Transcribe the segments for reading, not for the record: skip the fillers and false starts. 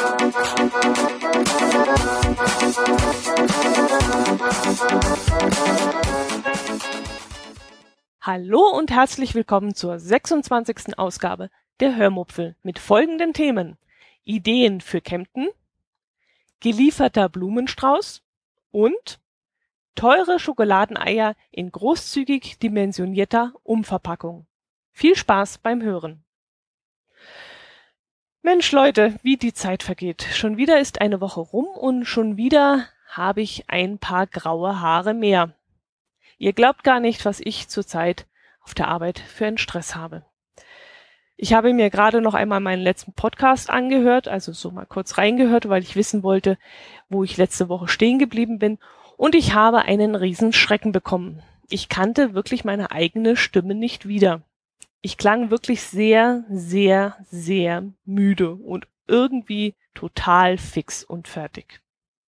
Hallo und herzlich willkommen zur 26. Ausgabe der Hörmupfel mit folgenden Themen: Ideen für Kempten, gelieferter Blumenstrauß und teure Schokoladeneier in großzügig dimensionierter Umverpackung. Viel Spaß beim Hören. Mensch Leute, wie die Zeit vergeht. Schon wieder ist eine Woche rum und schon wieder habe ich ein paar graue Haare mehr. Ihr glaubt gar nicht, was ich zurzeit auf der Arbeit für einen Stress habe. Ich habe mir gerade noch einmal meinen letzten Podcast angehört, also so mal kurz reingehört, weil ich wissen wollte, wo ich letzte Woche stehen geblieben bin, und ich habe einen riesen Schrecken bekommen. Ich kannte wirklich meine eigene Stimme nicht wieder. Ich klang wirklich sehr, sehr, sehr müde und irgendwie total fix und fertig.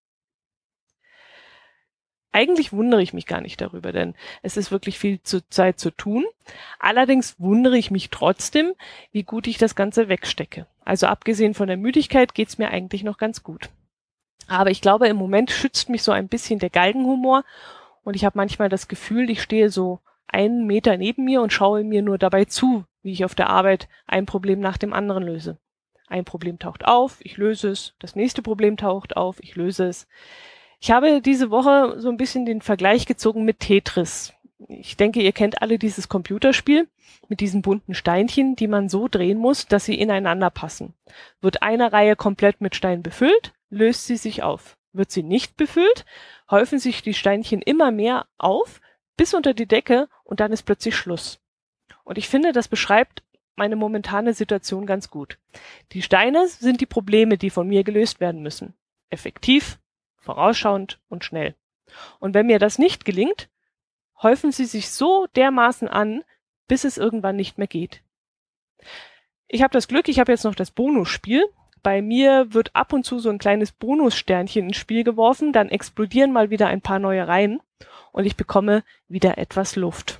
Eigentlich wundere ich mich gar nicht darüber, denn es ist wirklich viel Zeit zu tun. Allerdings wundere ich mich trotzdem, wie gut ich das Ganze wegstecke. Also abgesehen von der Müdigkeit geht's mir eigentlich noch ganz gut. Aber ich glaube, im Moment schützt mich so ein bisschen der Galgenhumor und ich habe manchmal das Gefühl, ich stehe so einen Meter neben mir und schaue mir nur dabei zu, wie ich auf der Arbeit ein Problem nach dem anderen löse. Ein Problem taucht auf, ich löse es. Das nächste Problem taucht auf, ich löse es. Ich habe diese Woche so ein bisschen den Vergleich gezogen mit Tetris. Ich denke, ihr kennt alle dieses Computerspiel mit diesen bunten Steinchen, die man so drehen muss, dass sie ineinander passen. Wird eine Reihe komplett mit Steinen befüllt, löst sie sich auf. Wird sie nicht befüllt, häufen sich die Steinchen immer mehr auf, bis unter die Decke, und dann ist plötzlich Schluss. Und ich finde, das beschreibt meine momentane Situation ganz gut. Die Steine sind die Probleme, die von mir gelöst werden müssen. Effektiv, vorausschauend und schnell. Und wenn mir das nicht gelingt, häufen sie sich so dermaßen an, bis es irgendwann nicht mehr geht. Ich habe das Glück, ich habe jetzt noch das Bonusspiel. Bei mir wird ab und zu so ein kleines Bonussternchen ins Spiel geworfen, dann explodieren mal wieder ein paar neue Reihen und ich bekomme wieder etwas Luft.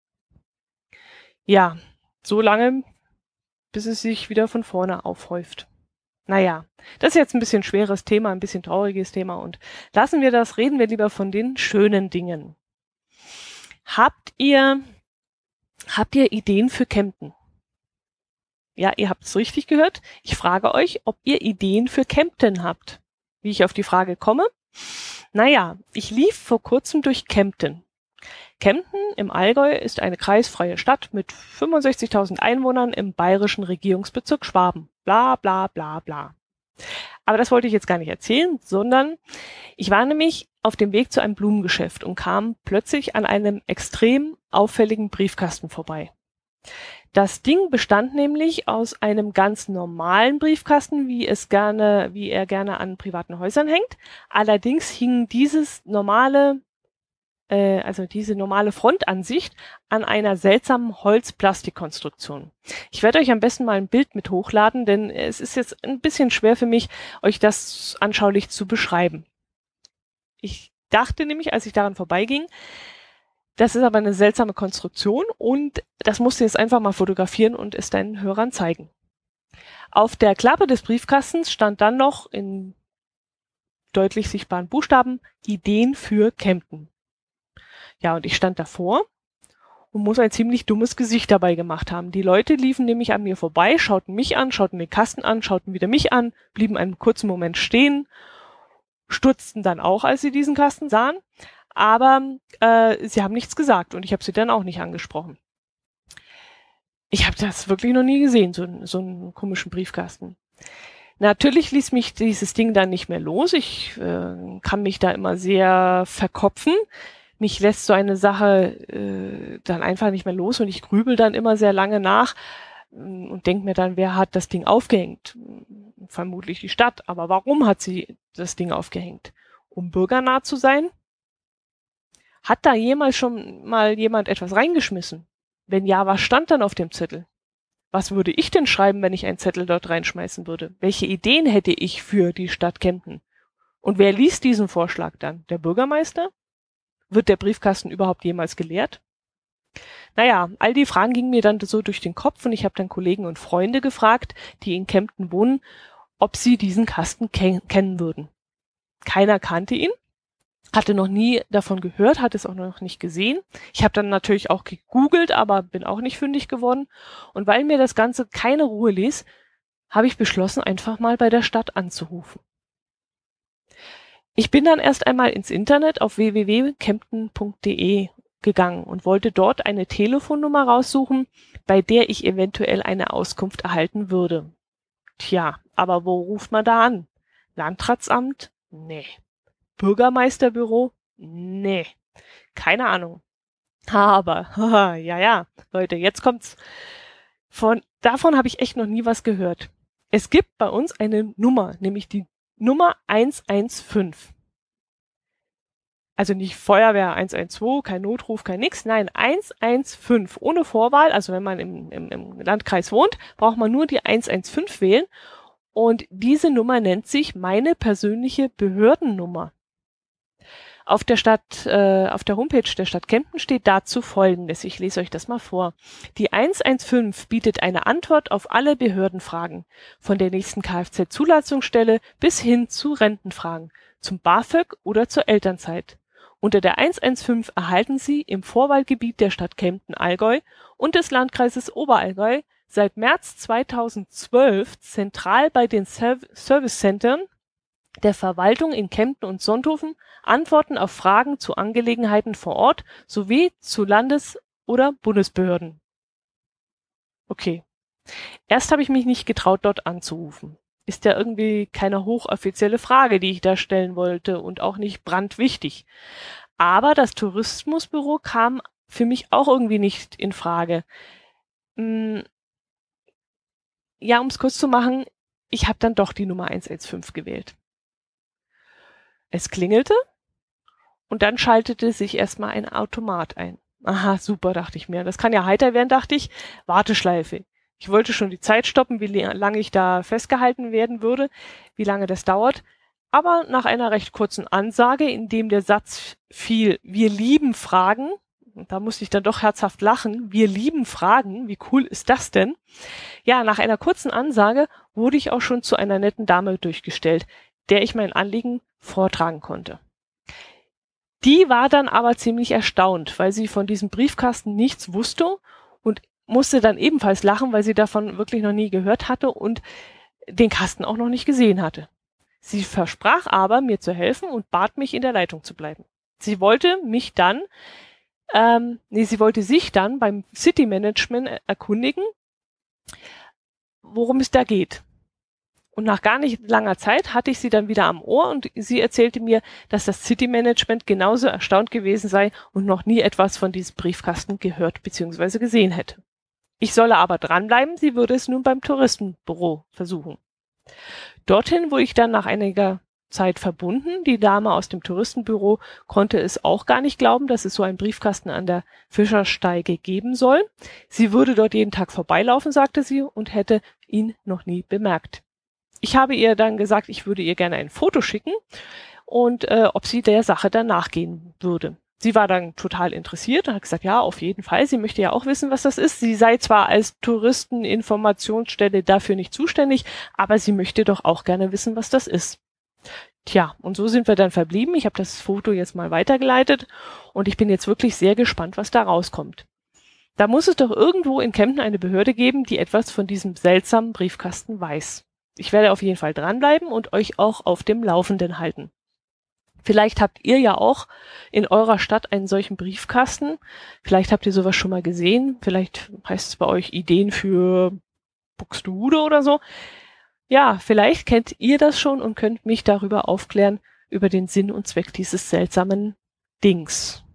Ja, so lange, bis es sich wieder von vorne aufhäuft. Naja, das ist jetzt ein bisschen schweres Thema, ein bisschen trauriges Thema, und lassen wir das, reden wir lieber von den schönen Dingen. Habt ihr Ideen für Kempten? Ja, ihr habt es richtig gehört. Ich frage euch, ob ihr Ideen für Kempten habt. Wie ich auf die Frage komme? Naja, ich lief vor kurzem durch Kempten. Kempten im Allgäu ist eine kreisfreie Stadt mit 65.000 Einwohnern im bayerischen Regierungsbezirk Schwaben. Bla bla bla bla. Aber das wollte ich jetzt gar nicht erzählen, sondern ich war nämlich auf dem Weg zu einem Blumengeschäft und kam plötzlich an einem extrem auffälligen Briefkasten vorbei. Das Ding bestand nämlich aus einem ganz normalen Briefkasten, wie er gerne an privaten Häusern hängt. Allerdings hing diese normale Frontansicht an einer seltsamen Holz-Plastik-Konstruktion. Ich werde euch am besten mal ein Bild mit hochladen, denn es ist jetzt ein bisschen schwer für mich, euch das anschaulich zu beschreiben. Ich dachte nämlich, als ich daran vorbeiging, das ist aber eine seltsame Konstruktion und das musst du jetzt einfach mal fotografieren und es deinen Hörern zeigen. Auf der Klappe des Briefkastens stand dann noch in deutlich sichtbaren Buchstaben Ideen für Kempten. Ja, und ich stand davor und muss ein ziemlich dummes Gesicht dabei gemacht haben. Die Leute liefen nämlich an mir vorbei, schauten mich an, schauten den Kasten an, schauten wieder mich an, blieben einen kurzen Moment stehen, stutzten dann auch, als sie diesen Kasten sahen, aber sie haben nichts gesagt und ich habe sie dann auch nicht angesprochen. Ich habe das wirklich noch nie gesehen, so einen komischen Briefkasten. Natürlich ließ mich dieses Ding dann nicht mehr los. Ich kann mich da immer sehr verkopfen. Mich lässt so eine Sache dann einfach nicht mehr los und ich grübel dann immer sehr lange nach und denke mir dann, wer hat das Ding aufgehängt? Vermutlich die Stadt, aber warum hat sie das Ding aufgehängt? Um bürgernah zu sein? Hat da jemals schon mal jemand etwas reingeschmissen? Wenn ja, was stand dann auf dem Zettel? Was würde ich denn schreiben, wenn ich einen Zettel dort reinschmeißen würde? Welche Ideen hätte ich für die Stadt Kempten? Und wer liest diesen Vorschlag dann? Der Bürgermeister? Wird der Briefkasten überhaupt jemals geleert? Naja, all die Fragen gingen mir dann so durch den Kopf und ich habe dann Kollegen und Freunde gefragt, die in Kempten wohnen, ob sie diesen Kasten kennen würden. Keiner kannte ihn, hatte noch nie davon gehört, hat es auch noch nicht gesehen. Ich habe dann natürlich auch gegoogelt, aber bin auch nicht fündig geworden. Und weil mir das Ganze keine Ruhe ließ, habe ich beschlossen, einfach mal bei der Stadt anzurufen. Ich bin dann erst einmal ins Internet auf www.kempten.de gegangen und wollte dort eine Telefonnummer raussuchen, bei der ich eventuell eine Auskunft erhalten würde. Tja, aber wo ruft man da an? Landratsamt? Nee. Bürgermeisterbüro? Nee. Keine Ahnung. Aber, ja, Leute, jetzt kommt's. Davon habe ich echt noch nie was gehört. Es gibt bei uns eine Nummer, nämlich die Nummer 115. Also nicht Feuerwehr 112, kein Notruf, kein nix. Nein, 115 ohne Vorwahl. Also wenn man im Landkreis wohnt, braucht man nur die 115 wählen. Und diese Nummer nennt sich meine persönliche Behördennummer. Auf der Homepage der Stadt Kempten steht dazu Folgendes. Ich lese euch das mal vor. Die 115 bietet eine Antwort auf alle Behördenfragen. Von der nächsten Kfz-Zulassungsstelle bis hin zu Rentenfragen, zum BAföG oder zur Elternzeit. Unter der 115 erhalten Sie im Vorwahlgebiet der Stadt Kempten-Allgäu und des Landkreises Oberallgäu seit März 2012 zentral bei den Servicecentern der Verwaltung in Kempten und Sonthofen Antworten auf Fragen zu Angelegenheiten vor Ort sowie zu Landes- oder Bundesbehörden. Okay. Erst habe ich mich nicht getraut, dort anzurufen. Ist ja irgendwie keine hochoffizielle Frage, die ich da stellen wollte und auch nicht brandwichtig. Aber das Tourismusbüro kam für mich auch irgendwie nicht in Frage. Ja, um es kurz zu machen, ich habe dann doch die Nummer 115 gewählt. Es klingelte und dann schaltete sich erstmal ein Automat ein. Aha, super, dachte ich mir. Das kann ja heiter werden, dachte ich. Warteschleife. Ich wollte schon die Zeit stoppen, wie lange ich da festgehalten werden würde, wie lange das dauert. Aber nach einer recht kurzen Ansage, in dem der Satz fiel, wir lieben Fragen, und da musste ich dann doch herzhaft lachen, wir lieben Fragen, wie cool ist das denn? Ja, nach einer kurzen Ansage wurde ich auch schon zu einer netten Dame durchgestellt, der ich mein Anliegen vortragen konnte. Die war dann aber ziemlich erstaunt, weil sie von diesem Briefkasten nichts wusste und musste dann ebenfalls lachen, weil sie davon wirklich noch nie gehört hatte und den Kasten auch noch nicht gesehen hatte. Sie versprach aber, mir zu helfen und bat mich, in der Leitung zu bleiben. Sie wollte sich dann beim City Management erkundigen, worum es da geht. Und nach gar nicht langer Zeit hatte ich sie dann wieder am Ohr und sie erzählte mir, dass das City Management genauso erstaunt gewesen sei und noch nie etwas von diesem Briefkasten gehört bzw. gesehen hätte. Ich solle aber dranbleiben, sie würde es nun beim Touristenbüro versuchen. Dorthin wurde ich dann nach einiger Zeit verbunden. Die Dame aus dem Touristenbüro konnte es auch gar nicht glauben, dass es so einen Briefkasten an der Fischersteige geben soll. Sie würde dort jeden Tag vorbeilaufen, sagte sie, und hätte ihn noch nie bemerkt. Ich habe ihr dann gesagt, ich würde ihr gerne ein Foto schicken und ob sie der Sache dann nachgehen würde. Sie war dann total interessiert und hat gesagt, ja, auf jeden Fall. Sie möchte ja auch wissen, was das ist. Sie sei zwar als Touristeninformationsstelle dafür nicht zuständig, aber sie möchte doch auch gerne wissen, was das ist. Tja, und so sind wir dann verblieben. Ich habe das Foto jetzt mal weitergeleitet und ich bin jetzt wirklich sehr gespannt, was da rauskommt. Da muss es doch irgendwo in Kempten eine Behörde geben, die etwas von diesem seltsamen Briefkasten weiß. Ich werde auf jeden Fall dranbleiben und euch auch auf dem Laufenden halten. Vielleicht habt ihr ja auch in eurer Stadt einen solchen Briefkasten. Vielleicht habt ihr sowas schon mal gesehen. Vielleicht heißt es bei euch Ideen für Buxtehude oder so. Ja, vielleicht kennt ihr das schon und könnt mich darüber aufklären, über den Sinn und Zweck dieses seltsamen Dings.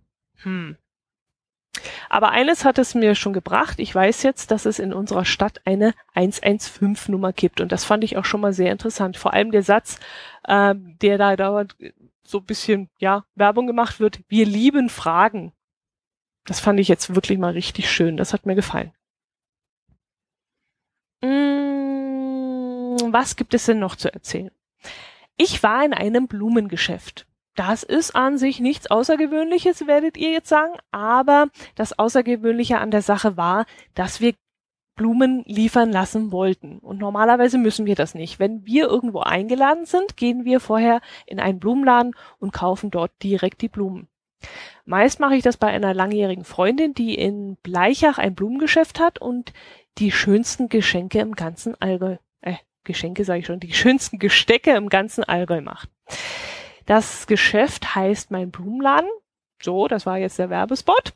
Aber eines hat es mir schon gebracht. Ich weiß jetzt, dass es in unserer Stadt eine 115-Nummer gibt. Und das fand ich auch schon mal sehr interessant. Vor allem der Satz, der da dauernd so ein bisschen, ja, Werbung gemacht wird. Wir lieben Fragen. Das fand ich jetzt wirklich mal richtig schön. Das hat mir gefallen. Was gibt es denn noch zu erzählen? Ich war in einem Blumengeschäft. Das ist an sich nichts Außergewöhnliches, werdet ihr jetzt sagen, aber das Außergewöhnliche an der Sache war, dass wir Blumen liefern lassen wollten. Und normalerweise müssen wir das nicht. Wenn wir irgendwo eingeladen sind, gehen wir vorher in einen Blumenladen und kaufen dort direkt die Blumen. Meist mache ich das bei einer langjährigen Freundin, die in Bleichach ein Blumengeschäft hat und die schönsten Geschenke im ganzen Allgäu, Geschenke sage ich schon, die schönsten Gestecke im ganzen Allgäu macht. Das Geschäft heißt Mein Blumenladen. So, das war jetzt der Werbespot.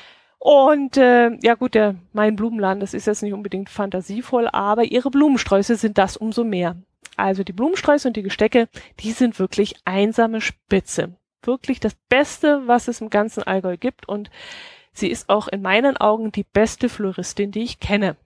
Und ja gut, Mein Blumenladen, das ist jetzt nicht unbedingt fantasievoll, aber ihre Blumensträuße sind das umso mehr. Also die Blumensträuße und die Gestecke, die sind wirklich einsame Spitze. Wirklich das Beste, was es im ganzen Allgäu gibt. Und sie ist auch in meinen Augen die beste Floristin, die ich kenne.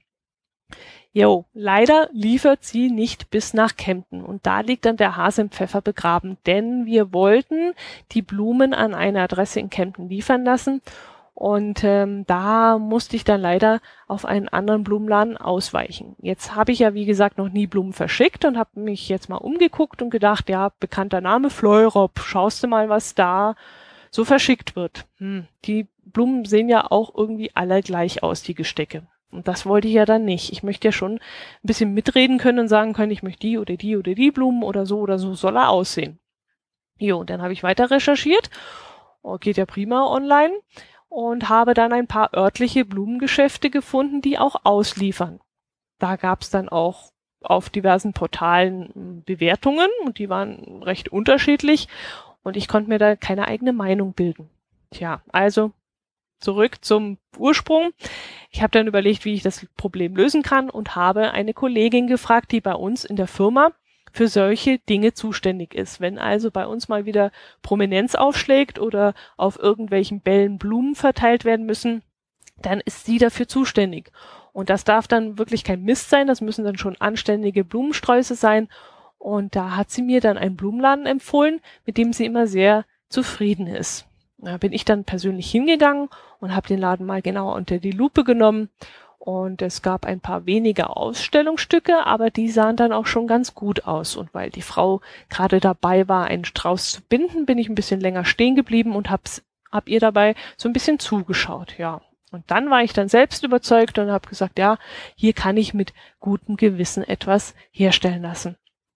Jo, leider liefert sie nicht bis nach Kempten und da liegt dann der Hase im Pfeffer begraben, denn wir wollten die Blumen an eine Adresse in Kempten liefern lassen und da musste ich dann leider auf einen anderen Blumenladen ausweichen. Jetzt habe ich ja, wie gesagt, noch nie Blumen verschickt und habe mich jetzt mal umgeguckt und gedacht, ja, bekannter Name, Fleurop, schaust du mal, was da so verschickt wird. Die Blumen sehen ja auch irgendwie alle gleich aus, die Gestecke. Und das wollte ich ja dann nicht. Ich möchte ja schon ein bisschen mitreden können und sagen können, ich möchte die oder die oder die Blumen oder so soll er aussehen. Jo, und dann habe ich weiter recherchiert. Geht ja prima online. Und habe dann ein paar örtliche Blumengeschäfte gefunden, die auch ausliefern. Da gab es dann auch auf diversen Portalen Bewertungen und die waren recht unterschiedlich. Und ich konnte mir da keine eigene Meinung bilden. Tja, also zurück zum Ursprung. Ich habe dann überlegt, wie ich das Problem lösen kann und habe eine Kollegin gefragt, die bei uns in der Firma für solche Dinge zuständig ist. Wenn also bei uns mal wieder Prominenz aufschlägt oder auf irgendwelchen Bällen Blumen verteilt werden müssen, dann ist sie dafür zuständig. Und das darf dann wirklich kein Mist sein, das müssen dann schon anständige Blumensträuße sein. Und da hat sie mir dann einen Blumenladen empfohlen, mit dem sie immer sehr zufrieden ist. Da bin ich dann persönlich hingegangen und habe den Laden mal genauer unter die Lupe genommen. Und es gab ein paar wenige Ausstellungsstücke, aber die sahen dann auch schon ganz gut aus. Und weil die Frau gerade dabei war, einen Strauß zu binden, bin ich ein bisschen länger stehen geblieben und hab ihr dabei so ein bisschen zugeschaut, ja. Und dann war ich dann selbst überzeugt und habe gesagt, ja, hier kann ich mit gutem Gewissen etwas herstellen lassen.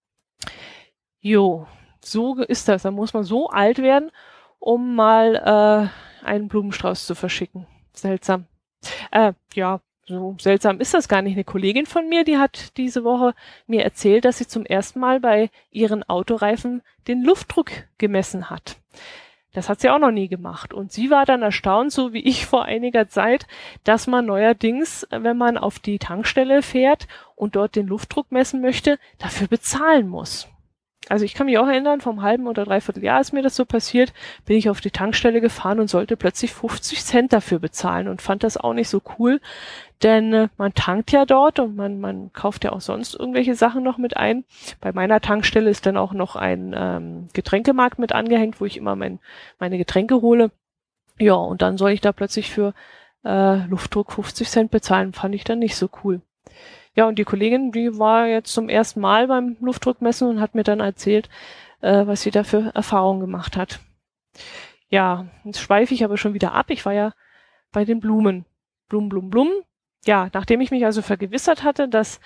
Jo, so ist das. Da muss man so alt werden, um mal einen Blumenstrauß zu verschicken. Seltsam. Ja, so seltsam ist das gar nicht. Eine Kollegin von mir, die hat diese Woche mir erzählt, dass sie zum ersten Mal bei ihren Autoreifen den Luftdruck gemessen hat. Das hat sie auch noch nie gemacht. Und sie war dann erstaunt, so wie ich vor einiger Zeit, dass man neuerdings, wenn man auf die Tankstelle fährt und dort den Luftdruck messen möchte, dafür bezahlen muss. Also ich kann mich auch erinnern, vom halben oder dreiviertel Jahr ist mir das so passiert, bin ich auf die Tankstelle gefahren und sollte plötzlich 50 Cent dafür bezahlen und fand das auch nicht so cool, denn man tankt ja dort und man kauft ja auch sonst irgendwelche Sachen noch mit ein. Bei meiner Tankstelle ist dann auch noch ein Getränkemarkt mit angehängt, wo ich immer meine Getränke hole. Ja, und dann soll ich da plötzlich für Luftdruck 50 Cent bezahlen, fand ich dann nicht so cool. Ja, und die Kollegin, die war jetzt zum ersten Mal beim Luftdruckmessen und hat mir dann erzählt, was sie da für Erfahrungen gemacht hat. Ja, jetzt schweife ich aber schon wieder ab. Ich war ja bei den Blumen. Blumen. Ja, nachdem ich mich also vergewissert hatte, dass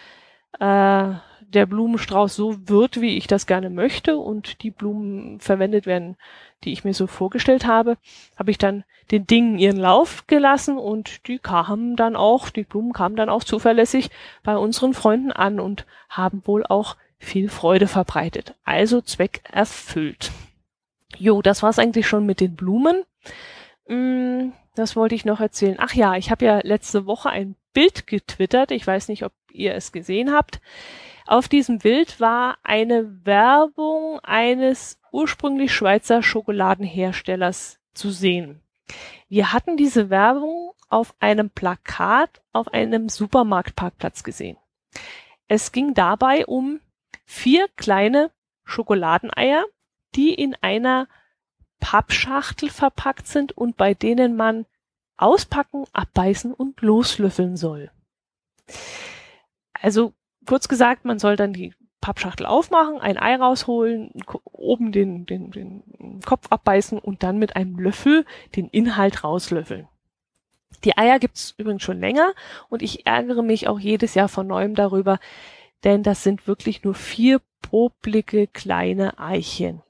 der Blumenstrauß so wird, wie ich das gerne möchte und die Blumen verwendet werden, die ich mir so vorgestellt habe, habe ich dann den Dingen ihren Lauf gelassen und die Blumen kamen dann auch zuverlässig bei unseren Freunden an und haben wohl auch viel Freude verbreitet. Also Zweck erfüllt. Jo, das war's eigentlich schon mit den Blumen. Das wollte ich noch erzählen. Ach ja, ich habe ja letzte Woche ein Bild getwittert. Ich weiß nicht, ob ihr es gesehen habt. Auf diesem Bild war eine Werbung eines ursprünglich Schweizer Schokoladenherstellers zu sehen. Wir hatten diese Werbung auf einem Plakat auf einem Supermarktparkplatz gesehen. Es ging dabei um 4 kleine Schokoladeneier, die in einer Pappschachtel verpackt sind und bei denen man auspacken, abbeißen und loslöffeln soll. Also kurz gesagt, man soll dann die Pappschachtel aufmachen, ein Ei rausholen, oben den Kopf abbeißen und dann mit einem Löffel den Inhalt rauslöffeln. Die Eier gibt's übrigens schon länger und ich ärgere mich auch jedes Jahr von neuem darüber, denn das sind wirklich nur 4 poplige kleine Eichen,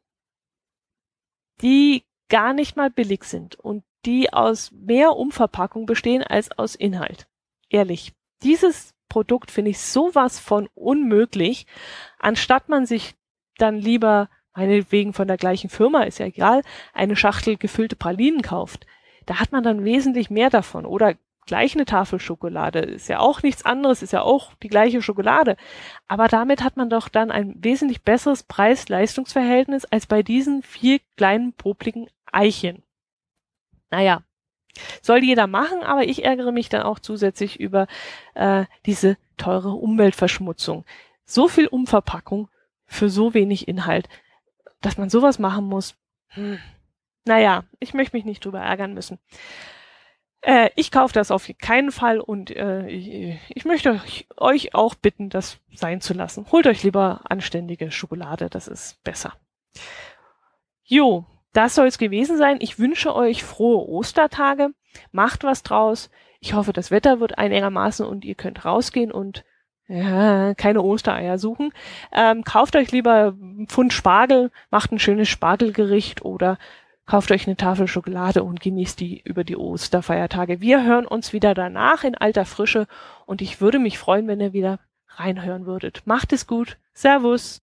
die gar nicht mal billig sind und die aus mehr Umverpackung bestehen als aus Inhalt. Ehrlich, dieses Produkt finde ich sowas von unmöglich, anstatt man sich dann lieber, meinetwegen von der gleichen Firma, ist ja egal, eine Schachtel gefüllte Pralinen kauft. Da hat man dann wesentlich mehr davon. Oder gleich eine Tafel Schokolade. Ist ja auch nichts anderes, ist ja auch die gleiche Schokolade. Aber damit hat man doch dann ein wesentlich besseres Preis-Leistungs-Verhältnis als bei diesen 4 kleinen, popligen Eichen. Naja, soll jeder machen, aber ich ärgere mich dann auch zusätzlich über diese teure Umweltverschmutzung. So viel Umverpackung für so wenig Inhalt, dass man sowas machen muss. Naja, ich möchte mich nicht drüber ärgern müssen. Ich kaufe das auf keinen Fall und ich möchte euch auch bitten, das sein zu lassen. Holt euch lieber anständige Schokolade, das ist besser. Jo, das soll es gewesen sein. Ich wünsche euch frohe Ostertage. Macht was draus. Ich hoffe, das Wetter wird einigermaßen und ihr könnt rausgehen und keine Ostereier suchen. Kauft euch lieber einen Pfund Spargel, macht ein schönes Spargelgericht oder kauft euch eine Tafel Schokolade und genießt die über die Osterfeiertage. Wir hören uns wieder danach in alter Frische und ich würde mich freuen, wenn ihr wieder reinhören würdet. Macht es gut. Servus.